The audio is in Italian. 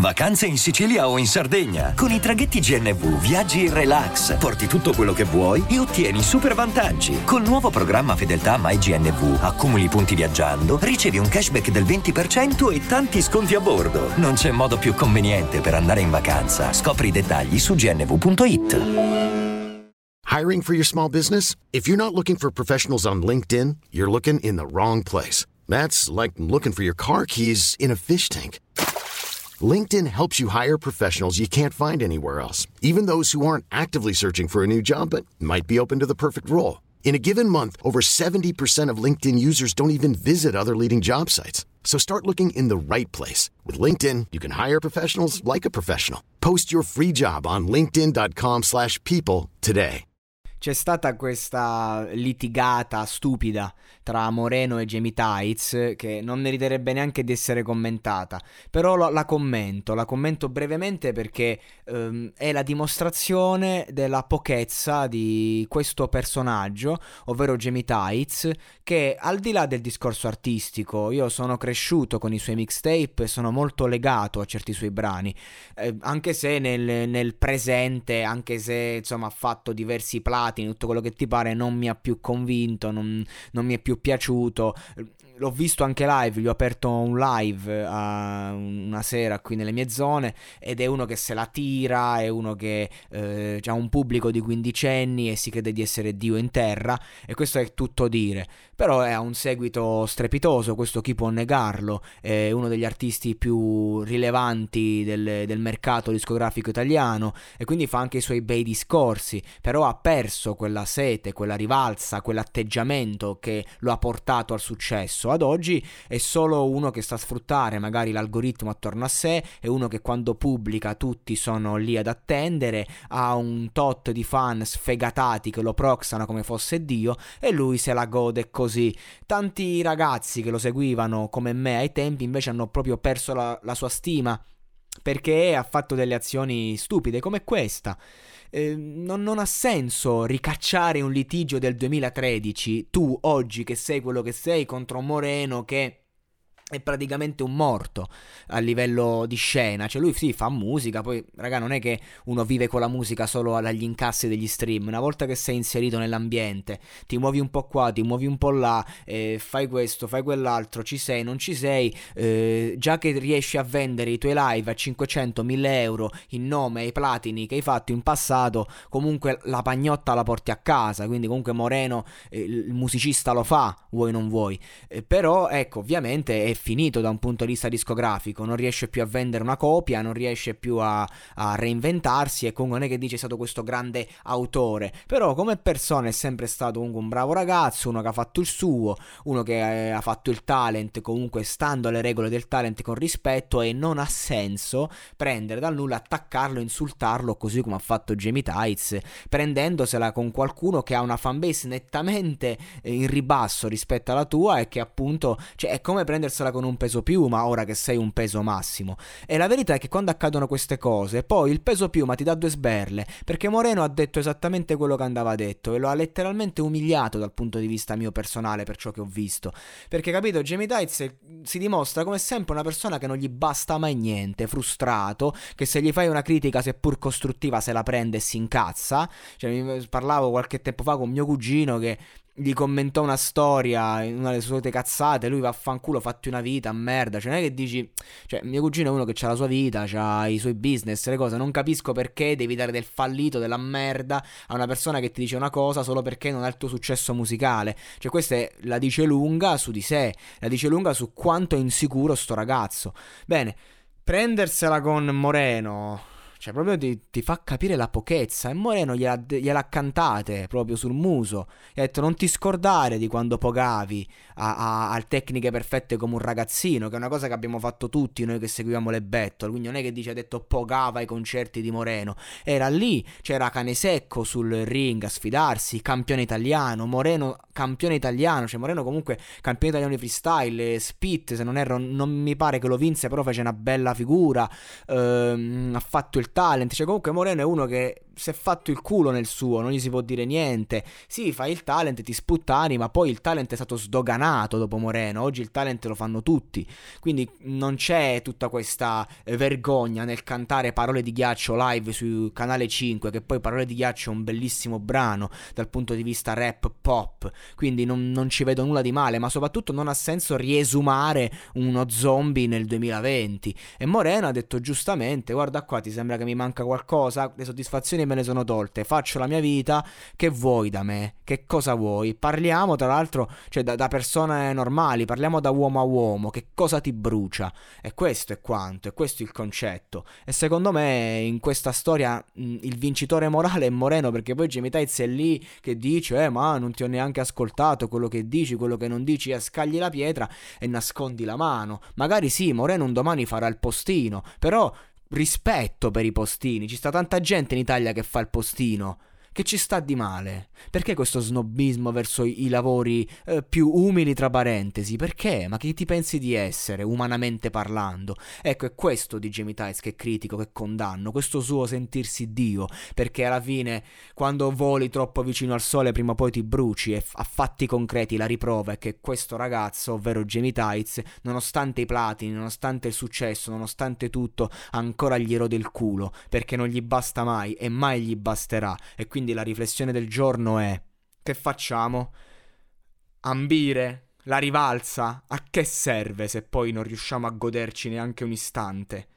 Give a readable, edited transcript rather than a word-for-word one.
Vacanze in Sicilia o in Sardegna. Con i traghetti GNV viaggi in relax, porti tutto quello che vuoi e ottieni super vantaggi. Col nuovo programma Fedeltà MyGNV accumuli punti viaggiando, ricevi un cashback del 20% e tanti sconti a bordo. Non c'è modo più conveniente per andare in vacanza. Scopri i dettagli su gnv.it. Hiring for your small business? If you're not looking for professionals on LinkedIn, you're looking in the wrong place. That's like looking for your car keys in a fish tank. LinkedIn helps you hire professionals you can't find anywhere else, even those who aren't actively searching for a new job but might be open to the perfect role. In a given month, over 70% of LinkedIn users don't even visit other leading job sites. So start looking in the right place. With LinkedIn, you can hire professionals like a professional. Post your free job on linkedin.com/people today. C'è stata questa litigata stupida tra Moreno e Jamie Tights che non meriterebbe neanche di essere commentata, però la commento brevemente perché è la dimostrazione della pochezza di questo personaggio, ovvero Jamie Tights, che al di là del discorso artistico, io sono cresciuto con i suoi mixtape e sono molto legato a certi suoi brani, anche se nel presente, anche se insomma ha fatto diversi platini, tutto quello che ti pare, non mi ha più convinto, non mi è più piaciuto. L'ho visto anche live, gli ho aperto un live una sera qui nelle mie zone ed è uno che se la tira, è uno che ha un pubblico di quindicenni e si crede di essere Dio in terra, e questo è tutto dire. Però ha un seguito strepitoso, questo chi può negarlo, è uno degli artisti più rilevanti del mercato discografico italiano e quindi fa anche i suoi bei discorsi, però ha perso quella sete, quella rivalsa, quell'atteggiamento che lo ha portato al successo. Ad oggi è solo uno che sta a sfruttare magari l'algoritmo attorno a sé, è uno che quando pubblica tutti sono lì ad attendere, ha un tot di fan sfegatati che lo proxano come fosse Dio e lui se la gode così. Tanti ragazzi che lo seguivano come me ai tempi invece hanno proprio perso la sua stima perché ha fatto delle azioni stupide come questa. Non ha senso ricacciare un litigio del 2013, tu oggi che sei quello che sei, contro Moreno che è praticamente un morto a livello di scena. Cioè lui sì fa musica, poi raga non è che uno vive con la musica solo dagli incassi degli stream. Una volta che sei inserito nell'ambiente ti muovi un po' qua, ti muovi un po' là, fai questo, fai quell'altro, ci sei, non ci sei, già che riesci a vendere i tuoi live a 500.000 euro in nome ai platini che hai fatto in passato, comunque la pagnotta la porti a casa. Quindi comunque Moreno il musicista lo fa, vuoi non vuoi, però ecco, ovviamente è finito da un punto di vista discografico, non riesce più a vendere una copia, non riesce più a reinventarsi, e comunque non è che dice è stato questo grande autore, però come persona è sempre stato comunque un bravo ragazzo, uno che ha fatto il suo, uno che ha fatto il talent comunque stando alle regole del talent con rispetto, e non ha senso prendere dal nulla, attaccarlo, insultarlo così come ha fatto Jamie Tights, prendendosela con qualcuno che ha una fanbase nettamente in ribasso rispetto alla tua e che appunto, cioè è come prendersela con un peso piuma ora che sei un peso massimo. E la verità è che quando accadono queste cose poi il peso piuma ti dà due sberle, perché Moreno ha detto esattamente quello che andava detto e lo ha letteralmente umiliato dal punto di vista mio personale per ciò che ho visto, perché capito, Jamie Tights si dimostra come sempre una persona che non gli basta mai niente, frustrato, che se gli fai una critica seppur costruttiva se la prende e si incazza. Cioè parlavo qualche tempo fa con mio cugino che gli commentò una storia, una delle sue solite cazzate, lui vaffanculo, fatti una vita, merda. Cioè non è che dici, cioè mio cugino è uno che ha la sua vita, ha i suoi business, le cose, non capisco perché devi dare del fallito, della merda a una persona che ti dice una cosa solo perché non ha il tuo successo musicale. Cioè questa la dice lunga su di sé, la dice lunga su quanto è insicuro sto ragazzo. Bene, prendersela con Moreno, cioè proprio ti fa capire la pochezza. E Moreno gliela cantate proprio sul muso, gli ha detto non ti scordare di quando pogavi a tecniche perfette come un ragazzino, che è una cosa che abbiamo fatto tutti noi che seguivamo le battle. Quindi non è che dice, ha detto pogava ai concerti di Moreno, era lì, c'era Canesecco sul ring a sfidarsi, campione italiano, Moreno campione italiano, cioè Moreno comunque campione italiano di freestyle, Spit se non erro, non mi pare che lo vinse, però fece una bella figura, ha fatto il talent. Cioè comunque Moreno è uno che si è fatto il culo nel suo, non gli si può dire niente. Sì, fai il talent, ti sputtani, ma poi il talent è stato sdoganato dopo Moreno. Oggi il talent lo fanno tutti, quindi non c'è tutta questa vergogna nel cantare Parole di ghiaccio live su Canale 5, che poi Parole di ghiaccio è un bellissimo brano dal punto di vista rap pop, quindi non ci vedo nulla di male, ma soprattutto non ha senso riesumare uno zombie nel 2020. E Moreno ha detto giustamente: guarda qua, ti sembra che mi manca qualcosa? Le soddisfazioni me ne sono tolte, faccio la mia vita, che vuoi da me? Che cosa vuoi? Parliamo tra l'altro, cioè da persone normali, parliamo da uomo a uomo, che cosa ti brucia? E questo è quanto, e questo è il concetto. E secondo me in questa storia il vincitore morale è Moreno, perché poi Jamie Tights è lì che dice ma non ti ho neanche ascoltato quello che dici, quello che non dici, scagli la pietra e nascondi la mano. Magari sì, Moreno un domani farà il postino, però rispetto per i postini, ci sta tanta gente in Italia che fa il postino. Che ci sta di male? Perché questo snobismo verso i lavori più umili, tra parentesi? Perché? Ma chi ti pensi di essere, umanamente parlando? Ecco, è questo di Jamie Tights che critico, che condanno, questo suo sentirsi Dio, perché alla fine quando voli troppo vicino al sole prima o poi ti bruci, e a fatti concreti la riprova è che questo ragazzo, ovvero Jamie Tights, nonostante i platini, nonostante il successo, nonostante tutto, ancora gli rode il culo, perché non gli basta mai e mai gli basterà. E quindi la riflessione del giorno è: che facciamo? Ambire? La rivalsa? A che serve se poi non riusciamo a goderci neanche un istante?